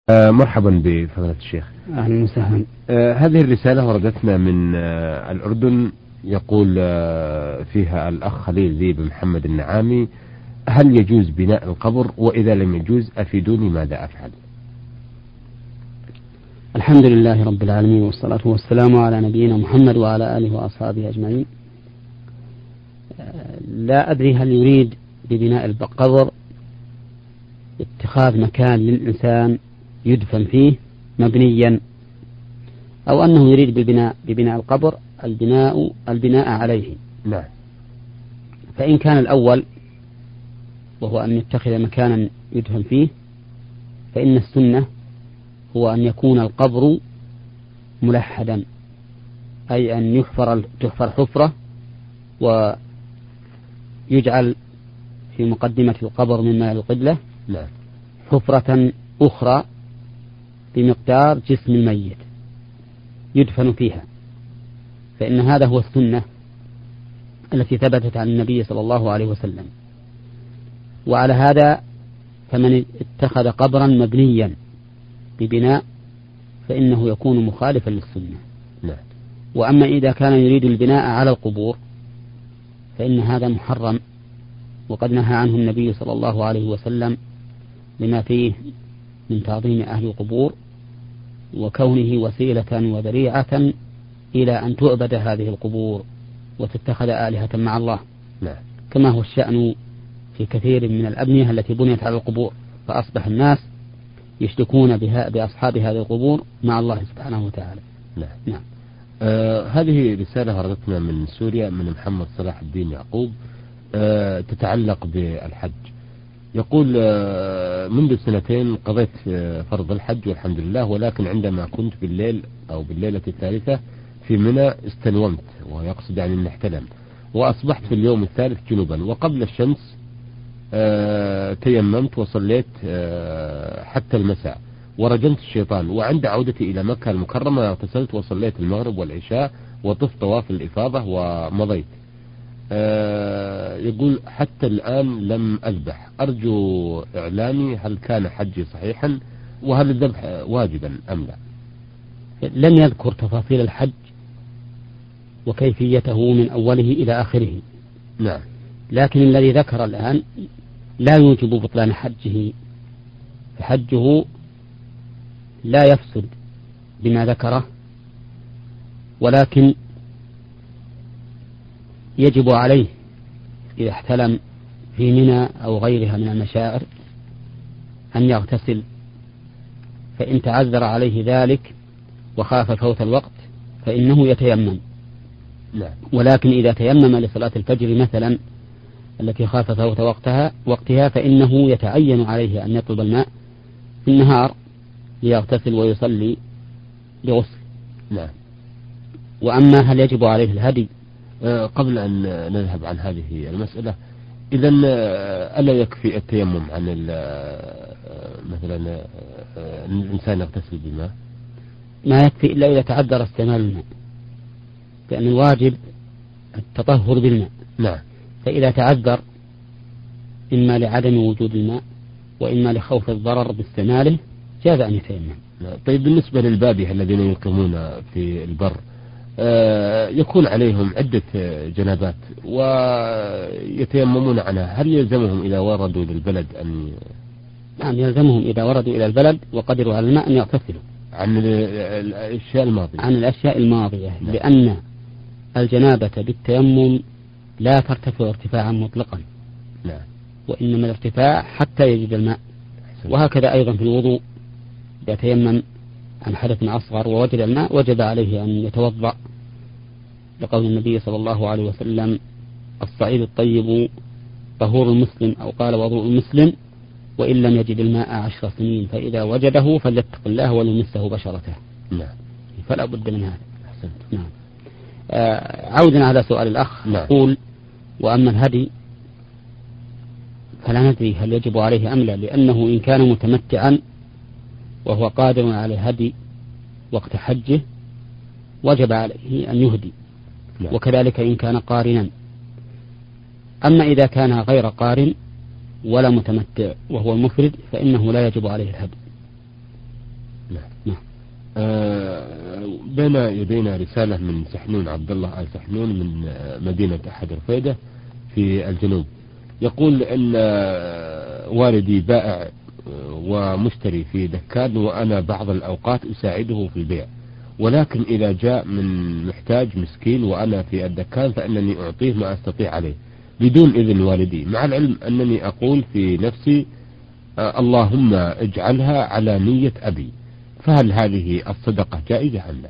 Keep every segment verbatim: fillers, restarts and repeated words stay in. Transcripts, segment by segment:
آه مرحبا بفضيلة الشيخ. أهلا وسهلا. آه هذه الرسالة وردتنا من آه الأردن، يقول آه فيها الأخ خليل ذي بن محمد النعامي: هل يجوز بناء القبر؟ وإذا لم يجوز أفيدوني ماذا أفعل؟ الحمد لله رب العالمين، والصلاة والسلام على نبينا محمد وعلى آله وأصحابه أجمعين. لا أدري هل يريد ببناء القبر اتخاذ مكان للإنسان يدفن فيه مبنيا، أو أنه يريد ببناء ببناء القبر البناء البناء عليه. نعم. فإن كان الأول وهو أن يتخذ مكانا يدفن فيه، فإن السنة هو أن يكون القبر ملحدا، أي أن يحفر تحفر حفرة ويجعل في مقدمة القبر من ماء القبلة نعم. حفرة أخرى بمقدار جسم الميت يدفن فيها، فإن هذا هو السنة التي ثبتت عن النبي صلى الله عليه وسلم. وعلى هذا فمن اتخذ قبرا مبنيا ببناء فإنه يكون مخالفا للسنة. نعم. وأما إذا كان يريد البناء على القبور فإن هذا محرم، وقد نهى عنه النبي صلى الله عليه وسلم لما فيه من تعظيم أهل القبور وكونه وسيلة وذريعة إلى أن تعبد هذه القبور وتتخذ آلهة مع الله. نعم. كما هو الشأن في كثير من الأبنية التي بنيت على القبور، فأصبح الناس يشركون بها بأصحاب هذه القبور مع الله سبحانه وتعالى. نعم. نعم. آه هذه رسالة وردتنا من سوريا من محمد صلاح الدين يعقوب، آه تتعلق بالحج. يقول: آه منذ سنتين قضيت آه فرض الحج والحمد لله، ولكن عندما كنت بالليل أو بالليلة الثالثة في منى استنومت، ويقصد يعني أن احتلم، وأصبحت في اليوم الثالث جنوبا، وقبل الشمس آه تيممت وصليت آه حتى المساء ورجمت الشيطان، وعند عودتي إلى مكة المكرمة اغتسلت وصليت المغرب والعشاء وطفت طواف الإفاضة ومضيت. آه يقول: حتى الآن لم أذبح، أرجو إعلامي هل كان حجي صحيحا، وهل الذبح واجبا أم لا؟ لم يذكر تفاصيل الحج وكيفيته من أوله إلى آخره. نعم. لكن الذي ذكر الآن لا يوجب بطلان حجه، فحجه لا يفسد بما ذكره، ولكن يجب عليه إذا احتلم في منى أو غيرها من المشاعر أن يغتسل، فإن تعذر عليه ذلك وخاف فوت الوقت فإنه يتيمم. لا. ولكن إذا تيمم لصلاة الفجر مثلا التي خاف فوت وقتها وقتها فإنه يتعين عليه أن يطلب الماء في النهار ليغتسل ويصلي بغسل. نعم. وأما هل يجب عليه الهدي؟ آه قبل أن نذهب عن هذه المسألة، إذا ألا يكفي التيمم عن مثلا الإنسان يغتسل بالماء؟ ما يكفي إلا إذا تعذر استعمال الماء، لأن الواجب التطهر بالماء. نعم. فإذا تعذر إما لعدم وجود الماء وإما لخوف الضرر باستعماله جاز أن يتيمم. طيب، بالنسبة للبادية الذين يقيمون في البر آه يكون عليهم عدة جنابات ويتيممون عنها، هل يلزمهم إذا وردوا للبلد أن؟ نعم، يلزمهم إذا وردوا إلى البلد وقدروا على الماء أن يغتسلوا عن الأشياء الماضية عن الأشياء الماضية. نعم. لأن الجنابة بالتيمم لا ترتفع ارتفاعا مطلقا. نعم. وإنما الارتفاع حتى يجد الماء. حسن. وهكذا أيضا في الوضوء، يتيمم عن حدث أصغر ووجد الماء وجب عليه أن يتوضأ، لقول النبي صلى الله عليه وسلم: الصعيد الطيب طهور المسلم، أو قال وضوء المسلم، وإن لم يجد الماء عشر سنين فإذا وجده فليتق الله وليمسه بشرته. نعم. فلا بد من هذا. أحسنت. نعم. آه عودا على سؤال الأخ، نعم. يقول: وأما الهدي فلا ندري هل يجب عليه أم لا، لأنه إن كان متمتعا وهو قادر على الهدي وقت حجه وجب عليه أن يهدي. نعم. وكذلك إن كان قارنا. أما إذا كان غير قارن ولا متمتع وهو المفرد فإنه لا يجب عليه الهدي. نعم. نعم. آه بين يدينا رسالة من سحنون عبد الله آل سحنون من مدينة أحد رفيدة في الجنوب. يقول أن والدي بائع ومشتري في دكان، وأنا بعض الأوقات أساعده في البيع، ولكن إذا جاء من محتاج مسكين وأنا في الدكان فإنني أعطيه ما أستطيع عليه بدون إذن والدي، مع العلم أنني أقول في نفسي آه اللهم اجعلها على نية أبي، فهل هذه الصدقة جائزة أم لا؟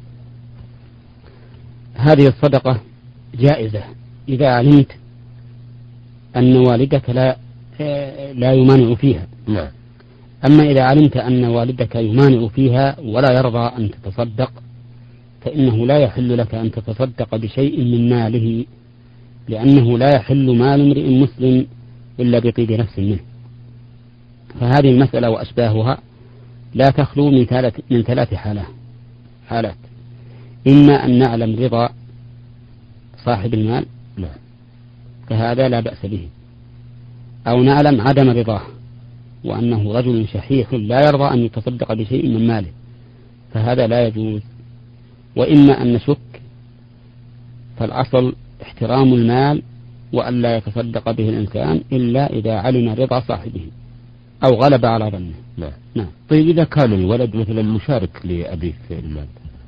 هذه الصدقة جائزة إذا علمت أن والدك لا لا يمانع فيها. نعم. أما إذا علمت أن والدك يمانع فيها ولا يرضى أن تتصدق فإنه لا يحل لك أن تتصدق بشيء من ماله، لأنه لا يحل مال امرئ مسلم إلا بطيب نفس منه. فهذه المسألة وأشباهها لا تخلو من ثلاث من ثلاث حالات حالات إما أن نعلم رضا صاحب المال فهذا لا بأس به، أو نعلم عدم رضاه وأنه رجل شحيح لا يرضى أن يتصدق بشيء من ماله فهذا لا يجوز. وإما أن نشك، فالأصل احترام المال وأن لا يتصدق به الإنسان إلا إذا علم رضا صاحبه أو غلب على ظنه. نعم. نعم. طيب إذا كان الولد مثلا مشارك لأبيه في المال،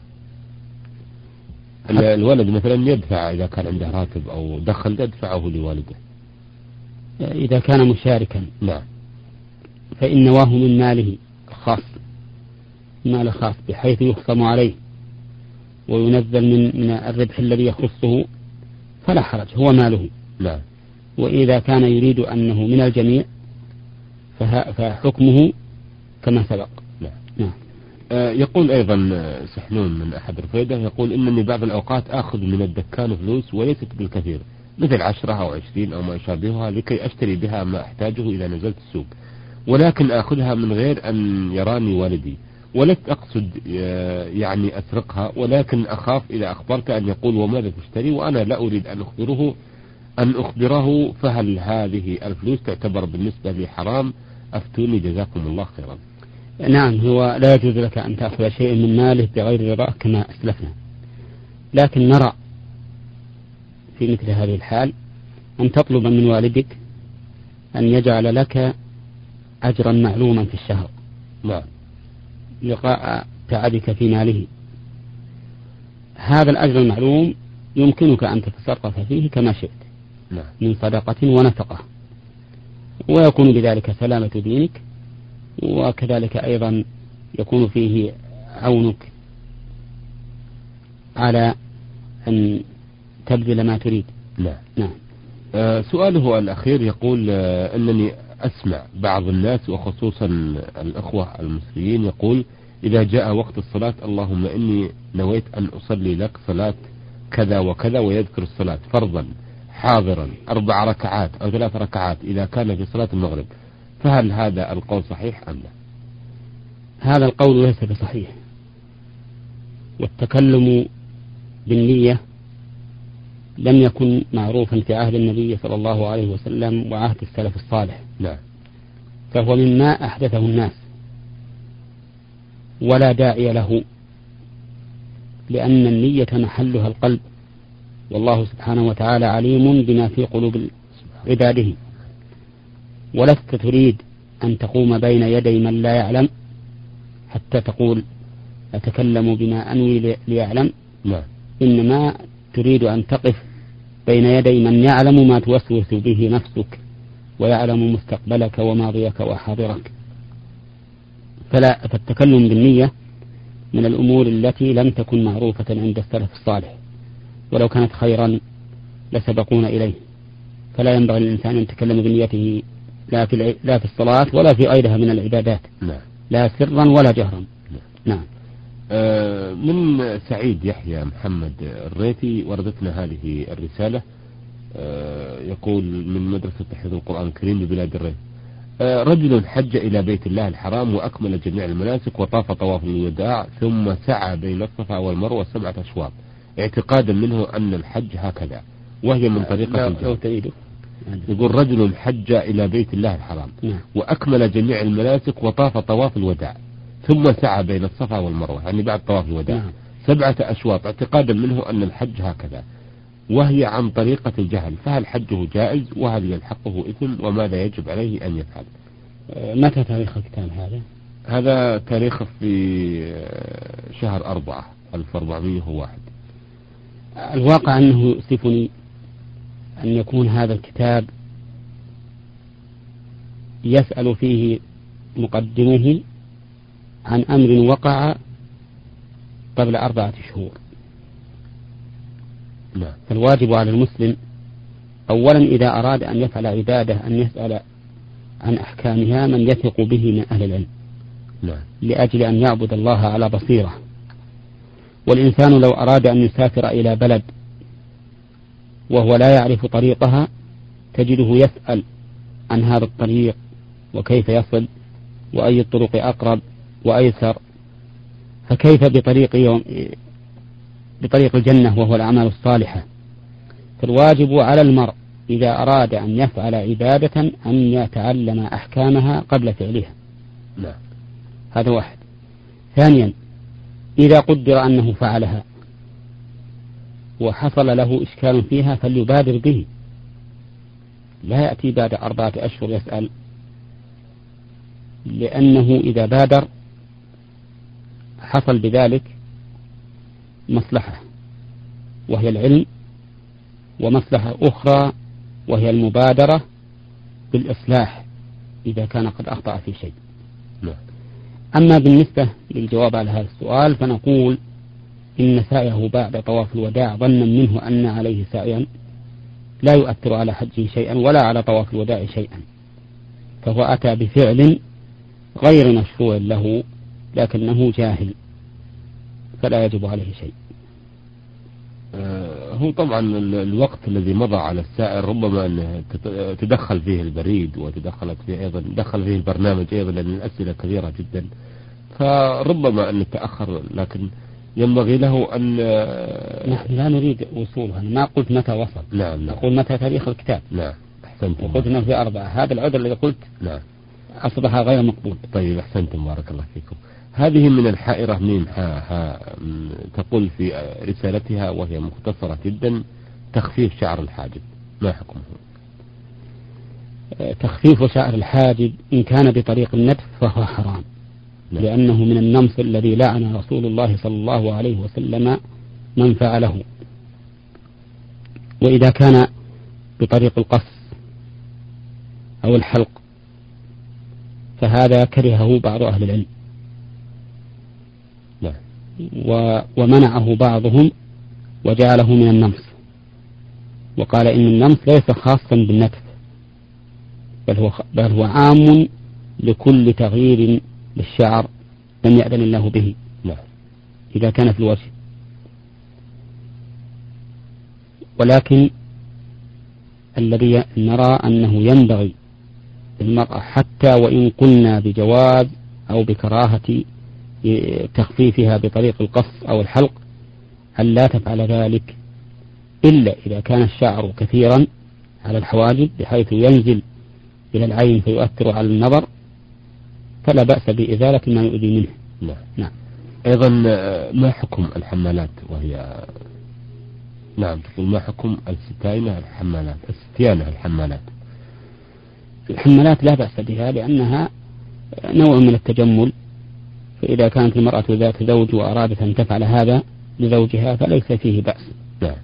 الولد مثلا يدفع إذا كان عنده راتب أو دخل يدفعه لوالده، إذا كان مشاركا نعم فإن نواه من ماله خاص، مال خاص بحيث يخصم عليه وينزل من من الربح الذي يخصه فلا حرج، هو ماله. نعم. وإذا كان يريد أنه من الجميع فحكمه كما سبق. نعم. نعم. آه يقول أيضا سحنون من أحد رفيدة، يقول إنني بعض الأوقات آخذ من الدكان فلوس وليست بالكثير مثل عشرة أو عشرين أو ما يشابهها لكي أشتري بها ما أحتاجه إذا نزلت السوق، ولكن آخذها من غير أن يراني والدي، ولست أقصد يعني أسرقها، ولكن أخاف إذا أخبرت أن يقول وماذا تشتري وأنا لا أريد أن أخبره أن أخبره فهل هذه الفلوس تعتبر بالنسبة لي حرام؟ أفتوني جزاكم الله خيرا. نعم، هو لا يجوز لك أن تأخذ شيء من ماله بغير رضاه كما أسلفنا، لكن نرى في مثل هذه الحال أن تطلب من والدك أن يجعل لك أجرا معلوما في الشهر نعم لقاء تعبك في ماله. هذا الأجر المعلوم يمكنك أن تتصرف فيه كما شئت نعم. من صدقة ونفقة، ويكون بذلك سلامة دينك، وكذلك أيضا يكون فيه عونك على أن تبذل ما تريد. نعم. نعم. آه سؤاله الأخير يقول آه أنني أسمع بعض الناس وخصوصا الأخوة المصريين يقول إذا جاء وقت الصلاة اللهم إني نويت أن أصلي لك صلاة كذا وكذا، ويذكر الصلاة فرضا حاضرا أربع ركعات أو ثلاث ركعات إذا كان في صلاة المغرب، فهل هذا القول صحيح أم لا؟ هذا القول ليس بصحيح، والتكلم بالنية لم يكن معروفا في عهد النبي صلى الله عليه وسلم وعهد السلف الصالح. نعم. فهو مما أحدثه الناس ولا داعي له، لأن النية محلها القلب، والله سبحانه وتعالى عليم بما في قلوب عباده، ولست تريد أن تقوم بين يدي من لا يعلم حتى تقول أتكلم بما أنوي ليعلم. نعم. إنما تريد أن تقف بين يدي من يعلم ما توسوس به نفسك ويعلم مستقبلك وماضيك وحاضرك. فلا فالتكلم بالنية من الأمور التي لم تكن معروفة عند السلف الصالح، ولو كانت خيرا لسبقونا إليه. فلا ينبغي للإنسان أن يتكلم بنيته لا في لا في الصلاة ولا في غيرها من العبادات. نعم. لا سرا ولا جهرا. نعم. نعم. آه من سعيد يحيى محمد الريتي وردتنا هذه الرسالة. آه يقول من مدرسة تحفيظ القرآن الكريم ببلاد الريف. آه رجل حج إلى بيت الله الحرام وأكمل جميع المناسك وطاف طواف الوداع ثم سعى بين الصفا والمروة سبعة أشواط اعتقادا منه أن الحج هكذا، وهي من طريقة الجهل. يقول رجل حج إلى بيت الله الحرام نعم. وأكمل جميع المناسك وطاف طواف الوداع ثم سعى بين الصفا والمروة يعني بعد طواف الوداع نعم. سبعة أشواط اعتقادا منه أن الحج هكذا، وهي عن طريقة الجهل، فهل حجه جائز وهل يلحقه إثم وماذا يجب عليه أن يفعل؟ متى تاريخ الكتاب هذا؟ هذا تاريخ في شهر أربعة ألف وأربعمائة وواحد. الواقع أنه يؤسفني أن يكون هذا الكتاب يسأل فيه مقدمه عن أمر وقع قبل أربعة شهور. نعم. فالواجب على المسلم أولا إذا أراد أن يفعل عبادة أن يسأل عن أحكامها من يثق به من أهل العلم. نعم. لأجل أن يعبد الله على بصيرة. والإنسان لو أراد أن يسافر إلى بلد وهو لا يعرف طريقها تجده يسأل عن هذا الطريق وكيف يصل وأي الطرق أقرب وأيسر، فكيف بطريق يوم بطريق الجنة وهو الأعمال الصالحة. فالواجب على المرء إذا أراد أن يفعل عبادة أن يتعلم أحكامها قبل فعلها. لا. هذا واحد. ثانيا إذا قدر أنه فعلها وحصل له إشكال فيها فليبادر به، لا يأتي بعد أربعة أشهر يسأل، لأنه إذا بادر حصل بذلك مصلحة وهي العلم، ومصلحة أخرى وهي المبادرة بالإصلاح إذا كان قد أخطأ في شيء. لا. أما بالنسبة للجواب على هذا السؤال فنقول إن سعيه بعد طواف الوداع ظنا منه أن عليه سعيا لا يؤثر على حجه شيئا ولا على طواف الوداع شيئا، فهو أتى بفعل غير مشروع له لكنه جاهل فلا يجب عليه شيء. آه هو طبعا الوقت الذي مضى على السائر ربما أن تدخل فيه البريد وتدخلت فيه أيضا دخل فيه البرنامج أيضا لأن الأسئلة كبيرة جدا، فربما أن يتأخر، لكن ينبغي له أن نحن لا نريد وصولها. ما قلت متى وصل. نعم. نقول متى تاريخ الكتاب. نعم أحسنتم. وقلت أنه في أربعة. هذا العذر الذي قلت نعم أصبح غير مقبول. طيب أحسنتم بارك الله فيكم. هذه من الحائرة ميم ها ها تقول في رسالتها وهي مختصرة جدا: تخفيف شعر الحاجب ما حكمه؟ تخفيف شعر الحاجب إن كان بطريق النتف فهو حرام. نعم. لأنه من النمص الذي لعن رسول الله صلى الله عليه وسلم من فعله. وإذا كان بطريق القص أو الحلق فهذا كرهه بعض أهل العلم. نعم. ومنعه بعضهم وجعله من النمص، وقال إن النمص ليس خاصا بالنتف بل هو, بل هو عام لكل تغيير للشعر لم يأذن الله به. نعم. إذا كان في الوجه. ولكن الذي نرى أنه ينبغي للمرأة حتى وإن قلنا بجواز أو بكراهة تخفيفها بطريق القص أو الحلق أن لا تفعل ذلك إلا إذا كان الشعر كثيرا على الحواجب بحيث ينزل إلى العين فيؤثر على النظر فلا بأس بإزالة ما يؤذي منه. نعم. نعم. أيضا ما حكم الحمالات وهي نعم تقول ما حكم الستاينة الحمالات الستيانة الحمالات؟ الحمالات لا بأس بها لأنها نوع من التجمل، فإذا كانت المرأة ذات زوج وأرادت أن تفعل هذا لزوجها فليس فيه بأس. نعم.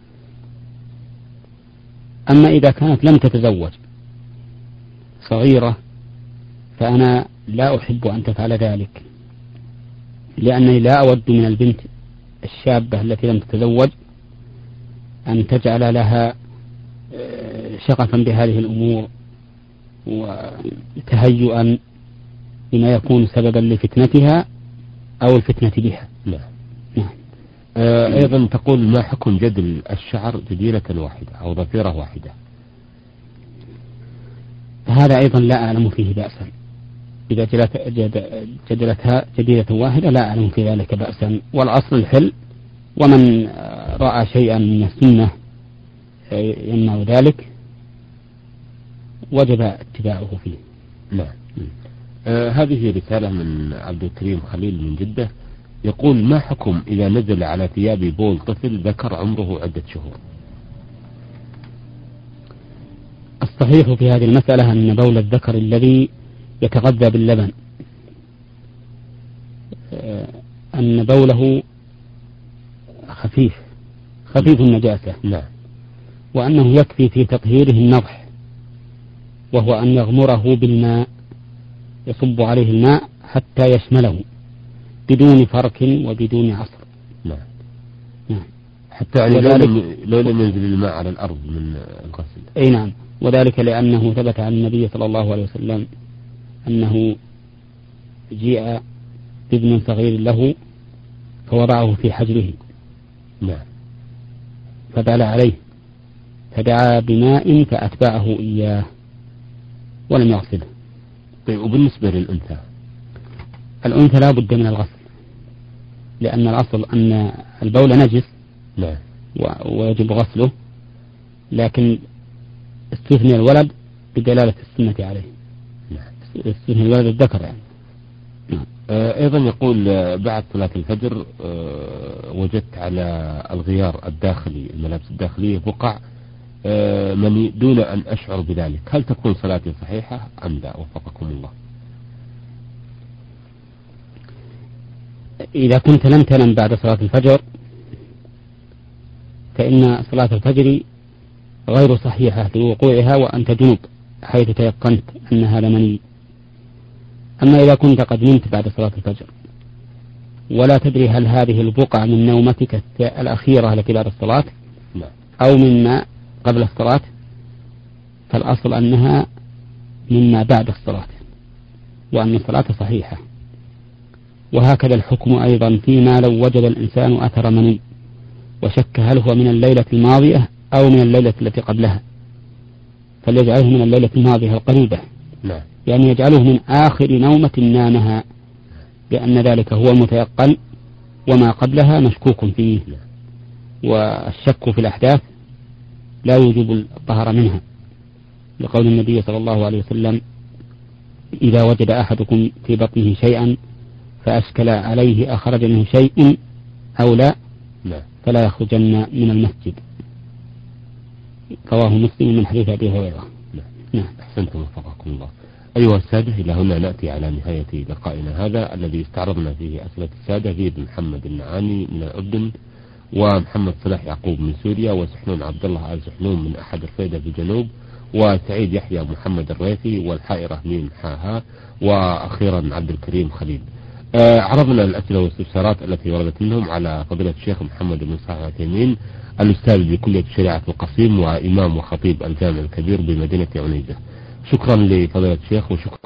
أما إذا كانت لم تتزوج صغيرة فأنا لا أحب أن تفعل ذلك، لأنني لا أود من البنت الشابة التي لم تتزوج أن تجعل لها شغفا بهذه الأمور وتهيئا لما يكون سببا لفتنتها أو الفتنة بها. نعم. نعم. آه أيضا تقول ما حكم جدل الشعر جديلة واحدة أو ضفيرة واحدة؟ هذا أيضا لا أعلم فيه بأسا. إذا جدلت جدلتها جديلة واحدة لا أعلم في ذلك بأسا، والأصل الحل، ومن رأى شيئا من السنة يمنع ذلك وجب اتباعه فيه. نعم. آه هذه رسالة من عبد الكريم خليل من جدة، يقول: ما حكم إذا نزل على ثياب بول طفل ذكر عمره عدة شهور؟ الصحيح في هذه المسألة أن بول الذكر الذي يتغذى باللبن أن بوله خفيف خفيف النجاسة، نعم. وأنه يكفي في تطهيره النضح، وهو أن يغمره بالماء، يصب عليه الماء حتى يشمله بدون فرك وبدون عصر. نعم. نعم. حتى يعني لو لم لو لم ينزل الماء على الأرض من الغسل. أي نعم، وذلك لأنه ثبت عن النبي صلى الله عليه وسلم أنه جيء بابن صغير له فوضعه في حجره، نعم، فبال عليه فدعا بماء فأتبعه إياه ولم يغسله. طيب، وبالنسبة للأنثى؟ الأنثى لا بد من الغسل، لأن الأصل أن البول نجس، نعم، ويجب غسله، لكن استثني الولد بدلالة السنة عليه. نعم. استثني الولد الذكر يعني. نعم. آه أيضا يقول: بعد صلاة الفجر آه وجدت على الغيار الداخلي، الملابس الداخلية، بقع آه مني دون أن أشعر بذلك، هل تكون صلاتي صحيحة أم لا؟ وفقكم الله. إذا كنت لم تنم بعد صلاة الفجر فإن صلاة الفجر غير صحيحة لوقوعها وأنت جنب، حيث تيقنت أن هذا مني. أما إذا كنت قد نمت بعد صلاة الفجر ولا تدري هل هذه البقعة من نومتك الأخيرة التي بعد الصلاة أو مما قبل الصلاة، فالأصل أنها مما بعد الصلاة، وأن الصلاة صحيحة. وهكذا الحكم أيضا فيما لو وجد الإنسان أثر مني وشك هل هو من الليلة الماضية أو من الليلة التي قبلها، فليجعله من الليلة الماضية القريبة، نعم، يعني يجعله من آخر نومة نامها، لأن ذلك هو المتيقن، وما قبلها مشكوك فيه. والشك في الأحداث لا يوجب الطهر منها، لقول النبي صلى الله عليه وسلم: إذا وجد أحدكم في بطنه شيئا فأشكل عليه أخرج منه شيء أو لا فلا يخرجن من المسجد. رواه مسلم من حديث أبي هريرة. نعم. أحسنتم وفقكم الله. أيها السادة، إلى هنا نأتي على نهاية لقائنا هذا الذي استعرضنا فيه أسئلة السادة: زيد محمد النعاني من الأردن، ومحمد صلاح يعقوب من سوريا، وسحنون عبد الله آل سحنون من أحد الفيدة في الجنوب، وسعيد يحيى محمد الريثي، والحائرة ميم حاها، وأخيرا عبد الكريم خليل. آه عرضنا الأسئلة والاستفسارات التي وردت منهم على فضيلة الشيخ محمد بن صالح العثيمين، الأستاذ بكلية الشريعة القصيم وإمام وخطيب الجامع الكبير بمدينة عنيزة. شكرا لفضيلة الشيخ وشكرا